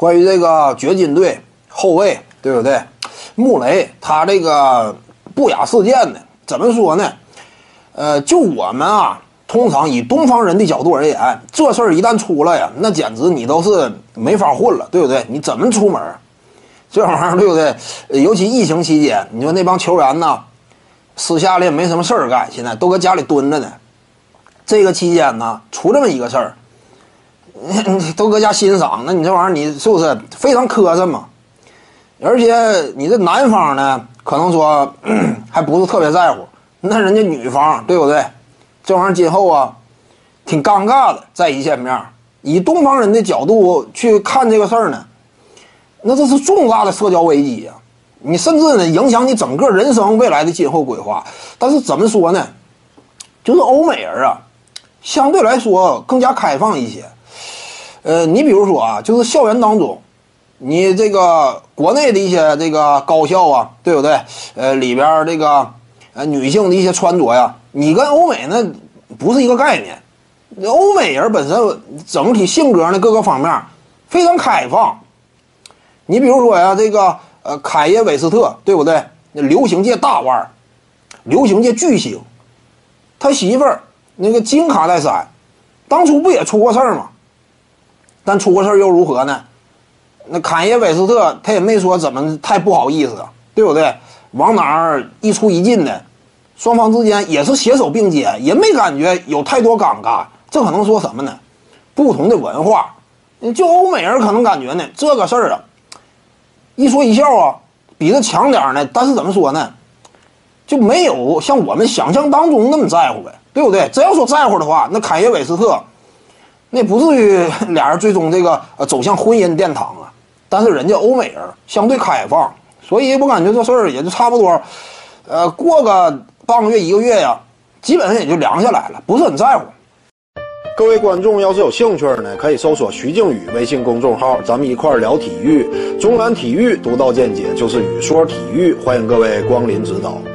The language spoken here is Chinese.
关于这个掘金队后卫，对不对？穆雷他这个不雅事件呢，怎么说呢？就我们啊，通常以东方人的角度而言，这事儿一旦出来呀，那简直你都是没法混了，对不对？你怎么出门？这玩意儿对不对？尤其疫情期间，你说那帮球员呢，私下里也没什么事儿干，现在都搁家里蹲着呢。这个期间呢，出这么一个事儿，都搁家欣赏，那你这玩意儿你是不是非常磕碜嘛？而且你这男方呢，可能说还不是特别在乎，那人家女方对不对？这玩意儿今后啊，挺尴尬的，在一见面。以东方人的角度去看这个事儿呢，那这是重大的社交危机啊！你甚至呢影响你整个人生未来的今后规划。但是怎么说呢？就是欧美人啊，相对来说更加开放一些。你比如说啊，就是校园当中，你这个国内的一些这个高校啊，对不对？里边这个女性的一些穿着呀，你跟欧美那不是一个概念。欧美人本身整体性格呢各个方面非常开放。你比如说呀，这个凯耶韦斯特，对不对？流行界大腕，流行界巨星，他媳妇儿那个金卡戴珊，当初不也出过事儿吗？但出过事儿又如何呢？那坎耶韦斯特他也没说怎么太不好意思啊，对不对？往哪儿一出一进的，双方之间也是携手并肩，也没感觉有太多尴尬。这可能说什么呢？不同的文化，就欧美人可能感觉呢，这个事儿啊，一说一笑啊，比这强点呢。但是怎么说呢？就没有像我们想象当中那么在乎呗，对不对？真要说在乎的话，那坎耶韦斯特那不至于俩人最终这个走向婚姻殿堂啊。但是人家欧美人相对开放，所以我感觉这事儿也就差不多，过个半个月一个月呀，基本上也就凉下来了，不是很在乎。 各位观众要是有兴趣呢，可以搜索徐静宇微信公众号，咱们一块聊体育。中南体育独到见解就是语说体育，欢迎各位光临指导。